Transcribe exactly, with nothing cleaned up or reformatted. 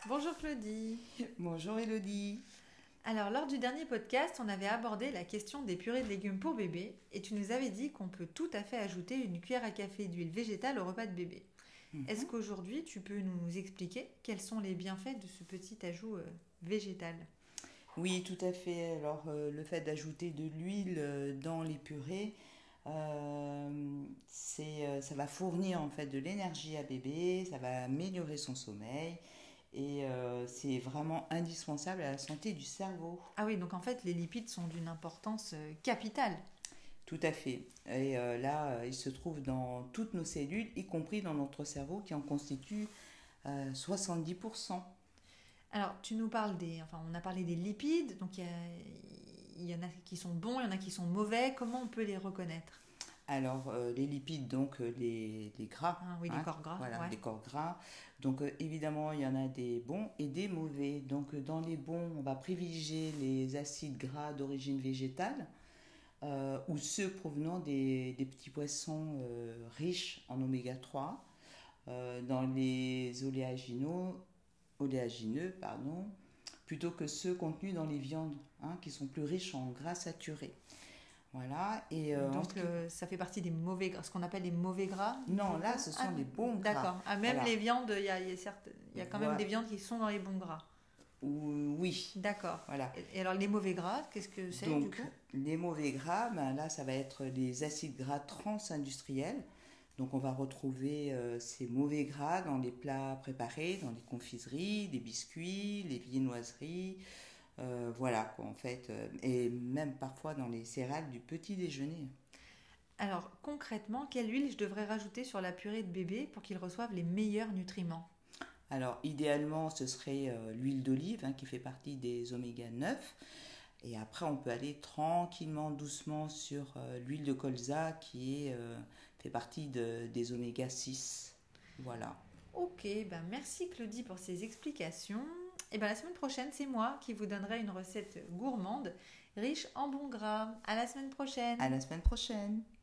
Bonjour Claudie. Bonjour Elodie. Alors, lors du dernier podcast, on avait abordé la question des purées de légumes pour bébé et tu nous avais dit qu'on peut tout à fait ajouter une cuillère à café d'huile végétale au repas de bébé. Mhm. Est-ce qu'aujourd'hui, tu peux nous expliquer quels sont les bienfaits de ce petit ajout euh, végétal? Oui, tout à fait. Alors, euh, le fait d'ajouter de l'huile euh, dans les purées, euh, c'est, euh, ça va fournir en fait de l'énergie à bébé, ça va améliorer son sommeil et euh, c'est vraiment indispensable à la santé du cerveau. Ah oui, donc en fait, les lipides sont d'une importance euh, capitale. Tout à fait. Et euh, là, euh, il se trouve dans toutes nos cellules, y compris dans notre cerveau qui en constitue euh, soixante-dix pour cent. Alors, tu nous parles des... Enfin, on a parlé des lipides, donc il y, a- il y en a qui sont bons, il y en a qui sont mauvais. Comment on peut les reconnaître? Alors, euh, les lipides, donc euh, les, les gras. Ah oui, les hein, corps gras, Voilà, ouais. les corps gras. Donc, euh, évidemment, il y en a des bons et des mauvais. Donc, euh, dans les bons, on va privilégier les acides gras d'origine végétale euh, ou ceux provenant des, des petits poissons euh, riches en oméga trois. Euh, dans les oléagineux, oléagineux, pardon, plutôt que ceux contenus dans les viandes, hein, qui sont plus riches en gras saturés. Voilà, et euh, en ce Donc, qui- euh, ça fait partie des mauvais gras, ce qu'on appelle les mauvais gras. Non, là, ce sont Ah, les bons gras. d'accord. Ah, même Voilà. les viandes, il y a, il y a certes, il y a quand même Voilà. des viandes qui sont dans les bons gras. Ou- oui, D'accord. voilà. Et, et alors, les mauvais gras, qu'est-ce que c'est du Donc, coup? les mauvais gras, ben là, ça va être les acides gras trans-industriels. Donc, on va retrouver euh, ces mauvais gras dans les plats préparés, dans les confiseries, les biscuits, les viennoiseries. Euh, voilà, quoi, en fait. euh, et même parfois dans les céréales du petit déjeuner. Alors, concrètement, quelle huile je devrais rajouter sur la purée de bébé pour qu'il reçoive les meilleurs nutriments? Alors, idéalement, ce serait euh, l'huile d'olive, hein, qui fait partie des oméga neuf. Et après, on peut aller tranquillement, doucement sur euh, l'huile de colza qui est, euh, fait partie de- des oméga six. Voilà. Ok, ben merci Claudie pour ces explications. Et ben la semaine prochaine, c'est moi qui vous donnerai une recette gourmande, riche en bons gras. À la semaine prochaine. À la semaine prochaine.